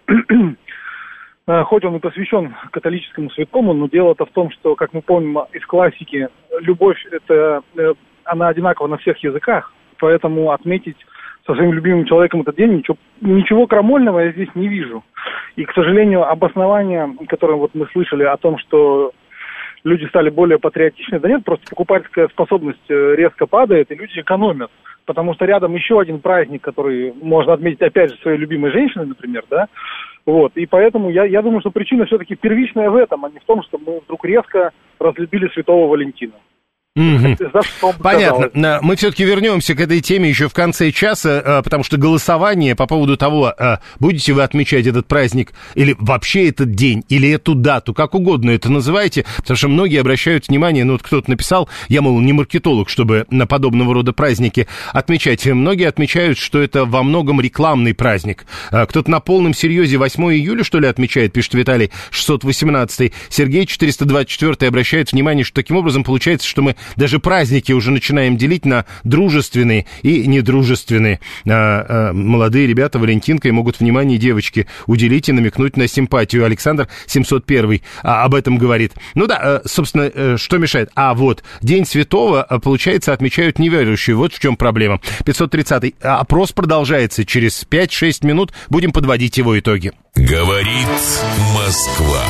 Хоть он и посвящен католическому святому, но дело-то в том, что, как мы помним из классики, любовь, это, она одинакова на всех языках, поэтому отметить со своим любимым человеком этот день ничего, ничего крамольного я здесь не вижу. И, к сожалению, обоснование, которое вот мы слышали о том, что люди стали более патриотичны, да нет, просто покупательская способность резко падает, и люди экономят. Потому что рядом еще один праздник, который можно отметить, опять же, своей любимой женщиной, например, да, вот, и поэтому я, я думаю, что причина все-таки первичная в этом, а не в том, что мы вдруг резко разлюбили Святого Валентина. Mm-hmm. Понятно. Мы все-таки вернемся к этой теме еще в конце часа, потому что голосование по поводу того, будете вы отмечать этот праздник, или вообще этот день, или эту дату, как угодно это называйте, потому что многие обращают внимание, ну вот кто-то написал, я, мол, не маркетолог, чтобы на подобного рода праздники отмечать. Многие отмечают, что это во многом рекламный праздник. Кто-то на полном серьезе восьмое июля, что ли, отмечает, пишет Виталий шестьсот восемнадцатый. Сергей четыреста двадцать четвёртый обращает внимание, что таким образом получается, что мы даже праздники уже начинаем делить на дружественные и недружественные. А, а, молодые ребята валентинкой могут внимание девочки уделить и намекнуть на симпатию. Александр семьсот первый а, об этом говорит. Ну да, собственно, что мешает? А вот, День Святого, получается, отмечают неверующие. Вот в чем проблема. пятьсот тридцатый. Опрос продолжается. Через пять-шесть минут будем подводить его итоги. Говорит Москва.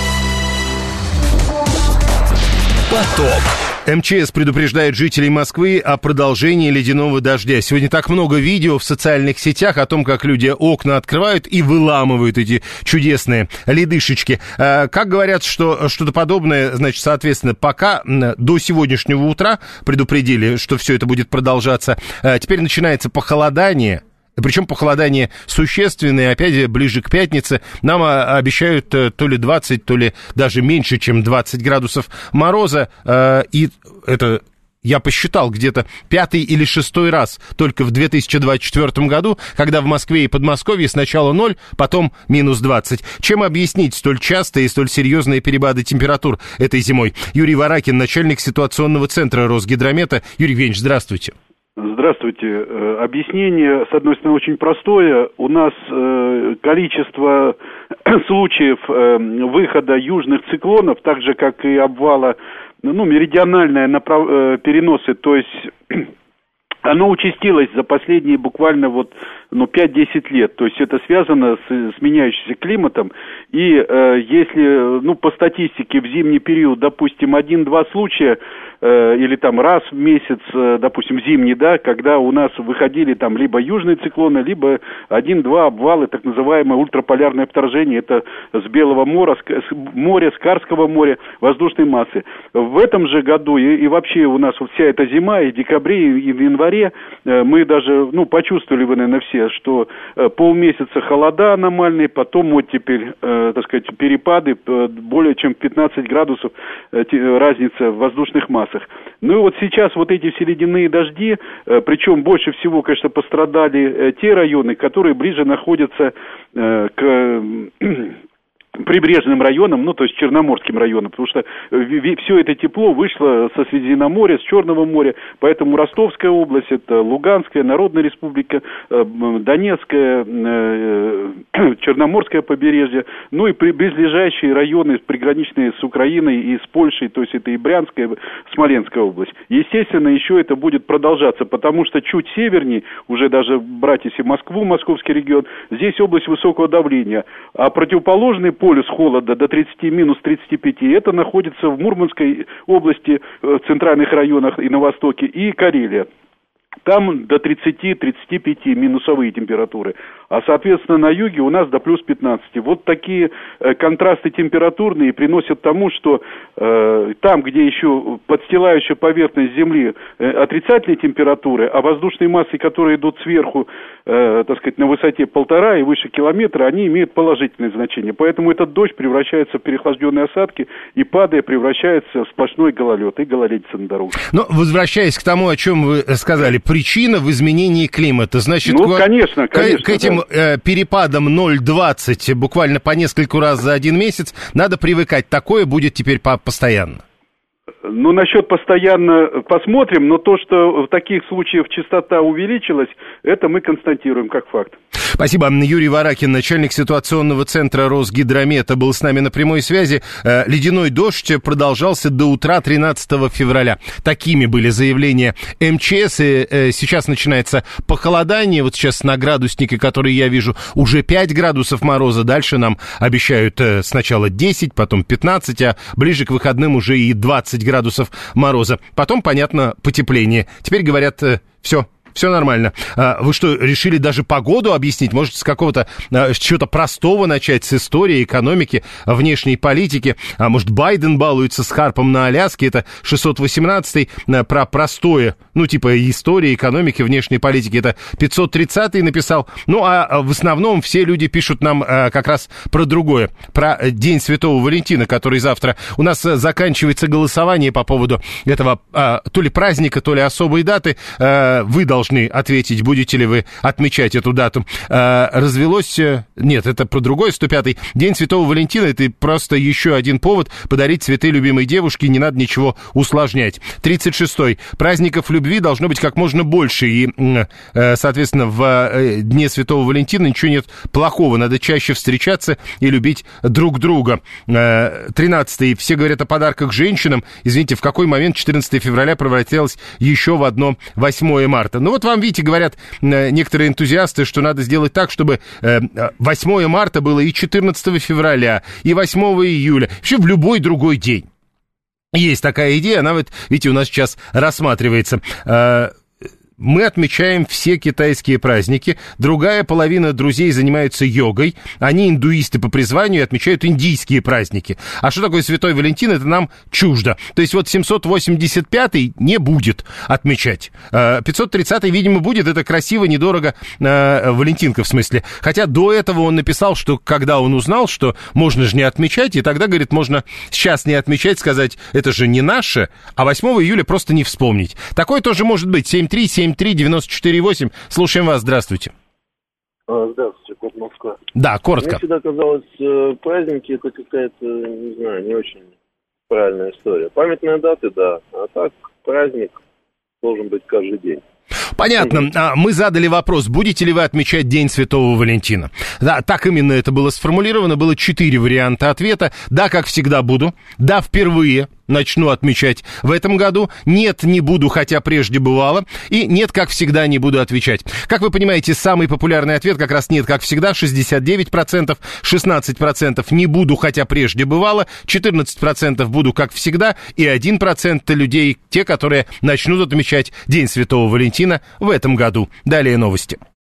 Поток. МЧС предупреждает жителей Москвы о продолжении ледяного дождя. Сегодня так много видео в социальных сетях о том, как люди окна открывают и выламывают эти чудесные ледышечки. Как говорят, что что-то подобное, значит, соответственно, пока до сегодняшнего утра предупредили, что все это будет продолжаться. Теперь начинается похолодание. Причем похолодание существенное, опять же, ближе к пятнице. Нам обещают то ли двадцать, то ли даже меньше, чем двадцать градусов мороза. И это, я посчитал, где-то пятый или шестой раз только в две тысячи двадцать четвёртом году, когда в Москве и Подмосковье сначала ноль, потом минус двадцать. Чем объяснить столь частые и столь серьезные перепады температур этой зимой? Юрий Варакин, начальник ситуационного центра Росгидромета. Юрий Евгеньевич, здравствуйте. Здравствуйте. Объяснение, с одной стороны, очень простое. У нас э, количество случаев э, выхода южных циклонов, так же, как и обвала, ну, меридиональные направ... э, переносы, то есть оно участилось за последние буквально вот, ну, пять-десять лет. То есть это связано с, с меняющимся климатом. И э, если, ну, по статистике в зимний период, допустим, один-два случая, э, или там раз в месяц, э, допустим, зимний, да, когда у нас выходили там либо южные циклоны, либо один-два обвалы, так называемое ультраполярное вторжение, это с Белого моря, с моря, с Карского моря, воздушной массы. В этом же году и, и вообще у нас вот вся эта зима, и в декабре, и в январе, мы даже, ну, почувствовали вы, наверное, все, что э, полмесяца холода аномальные, потом вот теперь, э, так сказать, перепады, э, более чем пятнадцать градусов э, разница в воздушных массах. Ну и вот сейчас вот эти все ледяные дожди, э, причем больше всего, конечно, пострадали э, те районы, которые ближе находятся э, к... Э, прибрежным районам, ну, то есть Черноморским районам, потому что все это тепло вышло со Средиземноморья, с Черного моря, поэтому Ростовская область, это Луганская, Народная Республика, Донецкая, Черноморское побережье, ну и близлежащие районы, приграничные с Украиной и с Польшей, то есть это и Брянская, Смоленская область. Естественно, еще это будет продолжаться, потому что чуть севернее, уже даже брать если Москву, Московский регион, здесь область высокого давления, а противоположный полюс холода до тридцати, минус тридцати пяти, это находится в Мурманской области, в центральных районах и на востоке, и Карелия. Там до тридцати-тридцати пяти минусовые температуры, а, соответственно, на юге у нас до плюс пятнадцати. Вот такие э, контрасты температурные приносят тому, что э, там, где еще подстилающая поверхность Земли э, отрицательные температуры, а воздушные массы, которые идут сверху, э, так сказать, на высоте полтора и выше километра, они имеют положительное значение. Поэтому этот дождь превращается в переохлажденные осадки и, падая, превращается в сплошной гололед и гололедица на дорогах. Но, возвращаясь к тому, о чем вы сказали, причина в изменении климата. Значит, ну, к, конечно, конечно, к, к этим да. э, перепадам ноль целых двадцать буквально по нескольку раз за один месяц надо привыкать. Такое будет теперь по- постоянно. Ну, насчет постоянно посмотрим, но то, что в таких случаях частота увеличилась, это мы констатируем как факт. Спасибо. Юрий Варакин, начальник ситуационного центра Росгидромета, был с нами на прямой связи. Ледяной дождь продолжался до утра тринадцатого февраля. Такими были заявления эм че эс. И сейчас начинается похолодание. Вот сейчас на градуснике, который я вижу, уже пять градусов мороза. Дальше нам обещают сначала десять, потом пятнадцать, а ближе к выходным уже и двадцать градусов мороза. Потом, понятно, потепление. Теперь говорят, все. Все нормально. Вы что, решили даже погоду объяснить? Может, с какого-то, с чего-то простого начать, с истории, экономики, внешней политики? А может, Байден балуется с Харпом на Аляске? Это шестьсот восемнадцатый про простое, ну, типа истории, экономики, внешней политики. Это пятьсот тридцатый написал. Ну, а в основном все люди пишут нам как раз про другое. Про День Святого Валентина, который завтра. У нас заканчивается голосование по поводу этого то ли праздника, то ли особой даты. Вы должны ответить, будете ли вы отмечать эту дату. А, развелось... Нет, это про другой, сто пятый. День Святого Валентина — это просто еще один повод подарить цветы любимой девушке, не надо ничего усложнять. тридцать шестой. Праздников любви должно быть как можно больше, и, соответственно, в Дне Святого Валентина ничего нет плохого, надо чаще встречаться и любить друг друга. тринадцатый. Все говорят о подарках женщинам. Извините, в какой момент четырнадцатого февраля превратилось еще в одно восьмое марта? Ну вот вам, видите, говорят некоторые энтузиасты, что надо сделать так, чтобы восьмое марта было и четырнадцатого февраля, и восьмого июля, вообще в любой другой день. Есть такая идея, она вот, видите, у нас сейчас рассматривается. Мы отмечаем все китайские праздники. Другая половина друзей занимаются йогой. Они индуисты по призванию и отмечают индийские праздники. А что такое Святой Валентин, это нам чуждо. То есть вот семьсот восемьдесят пятый не будет отмечать. пятьсот тридцатый, видимо, будет. Это красиво, недорого. Валентинка, в смысле. Хотя до этого он написал, что когда он узнал, что можно же не отмечать, и тогда, говорит, можно сейчас не отмечать, сказать, это же не наше, а восьмого июля просто не вспомнить. Такое тоже может быть. семь три семь три девяносто четыре восемь. Слушаем вас. Здравствуйте. Здравствуйте, Кот Москва. Да, коротко. Мне всегда казалось, праздники это какая-то, не знаю, не очень правильная история. Памятные даты, да, а так праздник должен быть каждый день. Понятно. Мы задали вопрос, будете ли вы отмечать День Святого Валентина. Да, так именно это было сформулировано. Было четыре варианта ответа. Да, как всегда буду. Да, впервые начну отмечать в этом году. Нет, не буду, хотя прежде бывало. И нет, как всегда, не буду отвечать. Как вы понимаете, самый популярный ответ как раз нет, как всегда, шестьдесят девять процентов, шестнадцать процентов не буду, хотя прежде бывало, четырнадцать процентов буду, как всегда, и один процент людей, те, которые начнут отмечать День Святого Валентина в этом году. Далее новости.